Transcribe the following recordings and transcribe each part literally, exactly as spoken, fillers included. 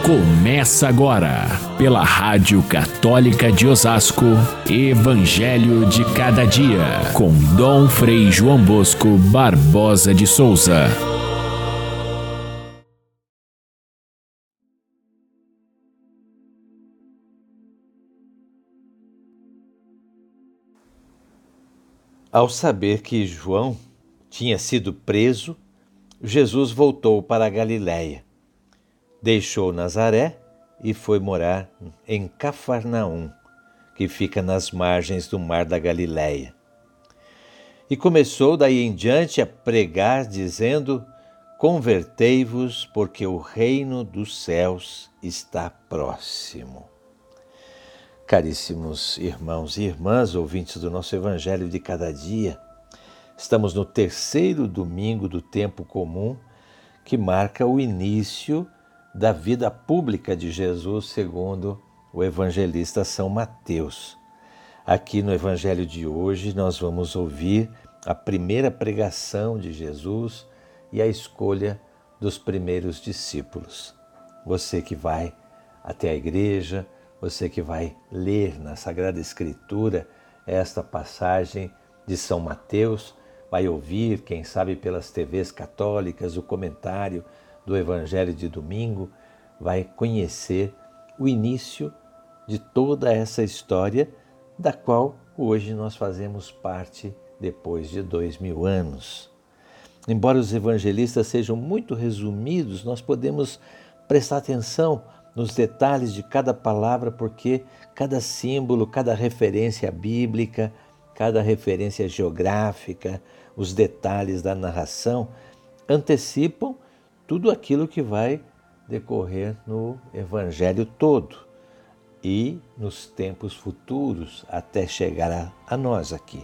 Começa agora, pela Rádio Católica de Osasco, Evangelho de Cada Dia, com Dom Frei João Bosco Barbosa de Souza. Ao saber que João tinha sido preso, Jesus voltou para a Galiléia. Deixou Nazaré e foi morar em Cafarnaum, que fica nas margens do mar da Galiléia. E começou daí em diante a pregar, dizendo: convertei-vos, porque o reino dos céus está próximo. Caríssimos irmãos e irmãs, ouvintes do nosso Evangelho de Cada Dia, estamos no terceiro domingo do tempo comum, que marca o início da vida pública de Jesus, segundo o evangelista São Mateus. Aqui no Evangelho de hoje nós vamos ouvir a primeira pregação de Jesus e a escolha dos primeiros discípulos. Você que vai até a igreja, você que vai ler na Sagrada Escritura esta passagem de São Mateus, vai ouvir, quem sabe pelas T Vs católicas, o comentário do Evangelho de domingo, vai conhecer o início de toda essa história, da qual hoje nós fazemos parte depois de dois mil anos. Embora os evangelistas sejam muito resumidos, nós podemos prestar atenção nos detalhes de cada palavra, porque cada símbolo, cada referência bíblica, cada referência geográfica, os detalhes da narração antecipam tudo aquilo que vai decorrer no Evangelho todo e nos tempos futuros até chegar a, a nós aqui.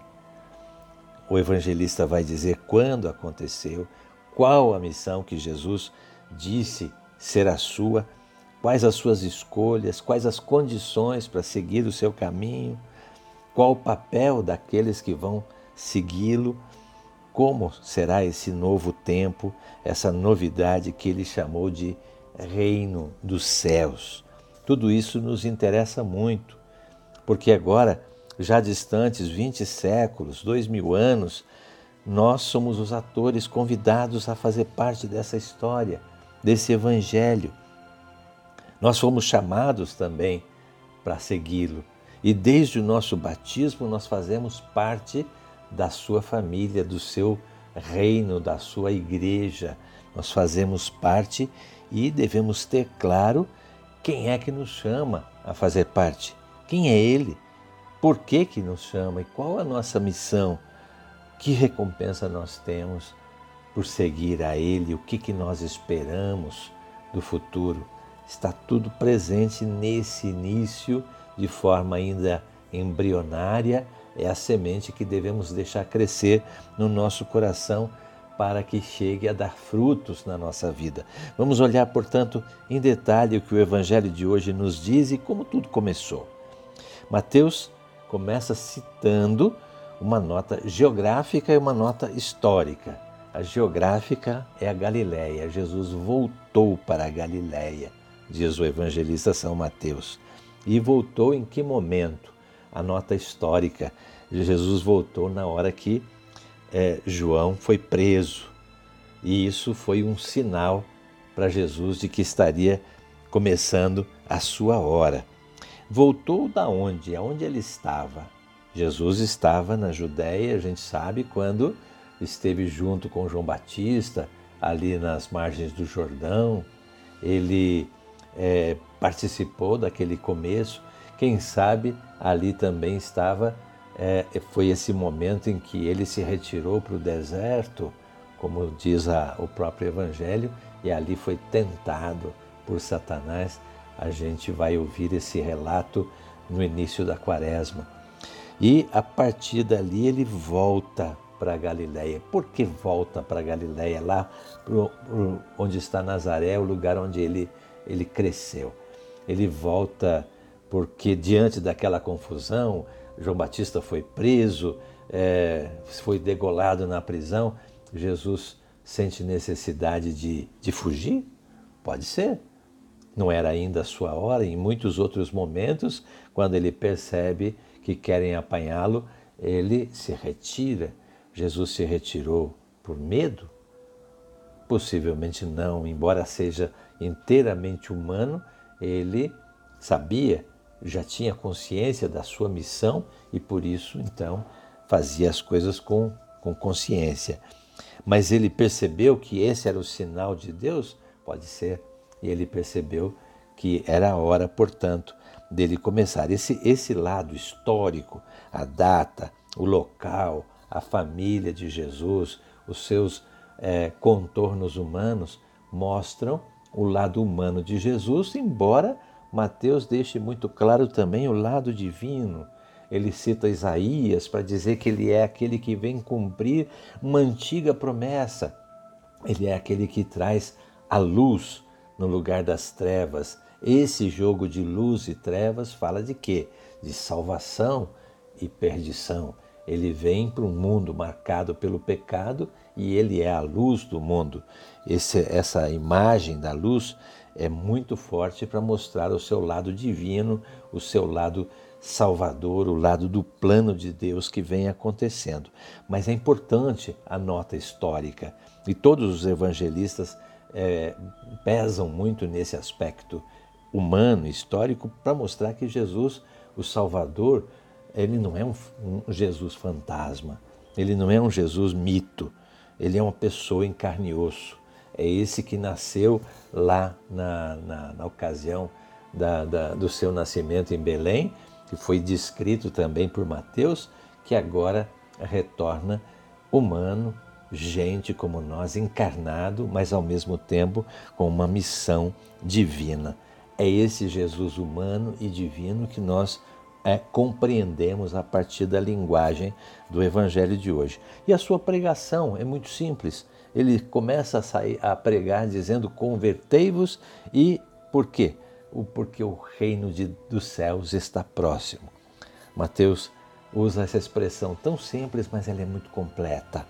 O evangelista vai dizer quando aconteceu, qual a missão que Jesus disse ser a sua, quais as suas escolhas, quais as condições para seguir o seu caminho, qual o papel daqueles que vão segui-lo, como será esse novo tempo, essa novidade que ele chamou de reino dos céus. Tudo isso nos interessa muito, porque agora, já distantes vinte séculos, dois mil anos, nós somos os atores convidados a fazer parte dessa história, desse evangelho. Nós fomos chamados também para segui-lo. E desde o nosso batismo nós fazemos parte da sua família, do seu reino, da sua igreja. Nós fazemos parte e devemos ter claro quem é que nos chama a fazer parte. Quem é Ele? Por que que nos chama? E qual a nossa missão? Que recompensa nós temos por seguir a Ele? O que que nós esperamos do futuro? Está tudo presente nesse início, de forma ainda embrionária. É a semente que devemos deixar crescer no nosso coração para que chegue a dar frutos na nossa vida. Vamos olhar, portanto, em detalhe o que o Evangelho de hoje nos diz e como tudo começou. Mateus começa citando uma nota geográfica e uma nota histórica. A geográfica é a Galiléia. Jesus voltou para a Galiléia, diz o evangelista São Mateus. E voltou em que momento? A nota histórica. Jesus voltou na hora que é, João foi preso. E isso foi um sinal para Jesus de que estaria começando a sua hora. Voltou da onde? Aonde ele estava? Jesus estava na Judéia, a gente sabe, quando esteve junto com João Batista, ali nas margens do Jordão. Ele é, participou daquele começo. Quem sabe ali também estava, é, foi esse momento em que ele se retirou para o deserto, como diz a, o próprio Evangelho, e ali foi tentado por Satanás. A gente vai ouvir esse relato no início da Quaresma. E a partir dali ele volta para a Galiléia. Por que volta para a Galiléia? Lá pro, pro, onde está Nazaré, o lugar onde ele, ele cresceu. Ele volta porque diante daquela confusão, João Batista foi preso, é, foi degolado na prisão. Jesus sente necessidade de, de fugir? Pode ser. Não era ainda a sua hora. Em muitos outros momentos, quando ele percebe que querem apanhá-lo, ele se retira. Jesus se retirou por medo? Possivelmente não, embora seja inteiramente humano, ele sabia, já tinha consciência da sua missão e por isso, então, fazia as coisas com, com consciência. Mas ele percebeu que esse era o sinal de Deus? Pode ser. E ele percebeu que era a hora, portanto, dele começar. Esse, esse lado histórico, a data, o local, a família de Jesus, os seus é, contornos humanos, mostram o lado humano de Jesus, embora Mateus deixe muito claro também o lado divino. Ele cita Isaías para dizer que ele é aquele que vem cumprir uma antiga promessa. Ele é aquele que traz a luz no lugar das trevas. Esse jogo de luz e trevas fala de quê? De salvação e perdição. Ele vem para um mundo marcado pelo pecado e ele é a luz do mundo. Esse, essa imagem da luz é muito forte para mostrar o seu lado divino, o seu lado salvador, o lado do plano de Deus que vem acontecendo. Mas é importante a nota histórica e todos os evangelistas é, pesam muito nesse aspecto humano, histórico, para mostrar que Jesus, o Salvador, ele não é um, um Jesus fantasma, ele não é um Jesus mito, ele é uma pessoa em carne e osso. É esse que nasceu lá na, na, na ocasião da, da, do seu nascimento em Belém, que foi descrito também por Mateus, que agora retorna humano, gente como nós, encarnado, mas ao mesmo tempo com uma missão divina. É esse Jesus humano e divino que nós é, compreendemos a partir da linguagem do Evangelho de hoje. E a sua pregação é muito simples. Ele começa a, sair, a pregar dizendo: convertei-vos. E por quê? Porque o reino de, dos céus está próximo. Mateus usa essa expressão tão simples, mas ela é muito completa.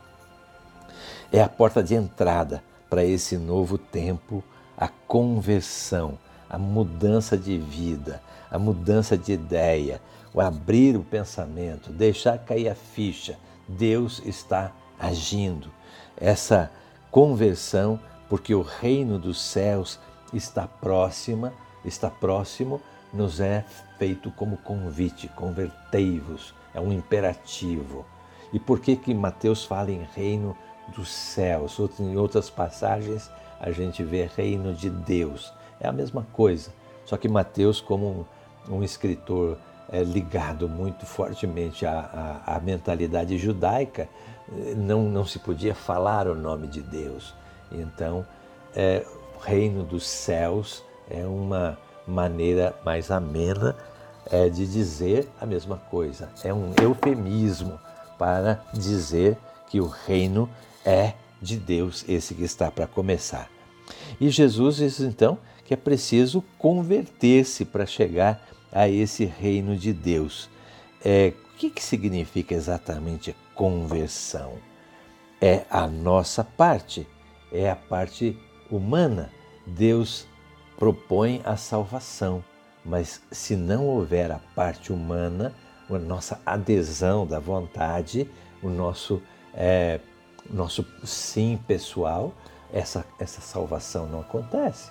É a porta de entrada para esse novo tempo, a conversão, a mudança de vida, a mudança de ideia, o abrir o pensamento, deixar cair a ficha. Deus está agindo. Essa conversão, porque o reino dos céus está próxima, está próximo, nos é feito como convite, convertei-vos, é um imperativo. E por que que Mateus fala em reino dos céus? Em outras passagens a gente vê reino de Deus. É a mesma coisa, só que Mateus, como um, um escritor é, ligado muito fortemente à, à, à mentalidade judaica, não, não se podia falar o nome de Deus. Então, é, reino dos céus é uma maneira mais amena é, de dizer a mesma coisa. É um eufemismo para dizer que o reino é de Deus, esse que está para começar. E Jesus diz então que é preciso converter-se para chegar a esse reino de Deus. É, o que, que significa exatamente conversão? É a nossa parte, é a parte humana. Deus propõe a salvação, mas se não houver a parte humana, a nossa adesão da vontade, o nosso, é, nosso sim pessoal, essa, essa salvação não acontece.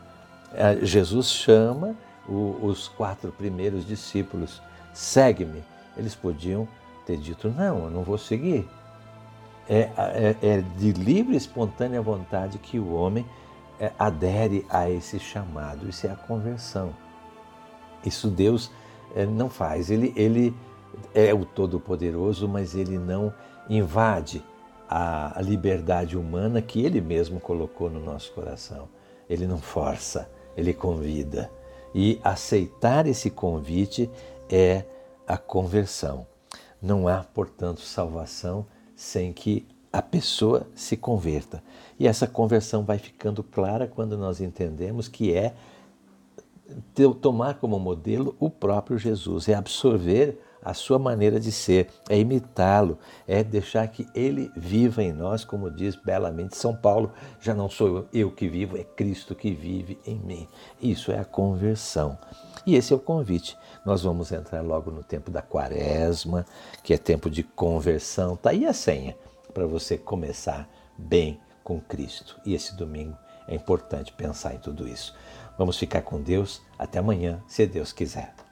É, Jesus chama o, os quatro primeiros discípulos, segue-me. Eles podiam ter dito, não, eu não vou seguir. É, é, é de livre e espontânea vontade que o homem é, adere a esse chamado. Isso é a conversão. Isso Deus é, não faz. Ele, ele é o Todo-Poderoso, mas ele não invade a, a liberdade humana que ele mesmo colocou no nosso coração. Ele não força, ele convida. E aceitar esse convite é a conversão. Não há, portanto, salvação sem que a pessoa se converta. E essa conversão vai ficando clara quando nós entendemos que é tomar como modelo o próprio Jesus, é absorver a sua maneira de ser, é imitá-lo, é deixar que ele viva em nós, como diz belamente São Paulo, já não sou eu que vivo, é Cristo que vive em mim. Isso é a conversão. E esse é o convite. Nós vamos entrar logo no tempo da quaresma, que é tempo de conversão. Está aí a senha para você começar bem com Cristo. E esse domingo é importante pensar em tudo isso. Vamos ficar com Deus. Até amanhã, se Deus quiser.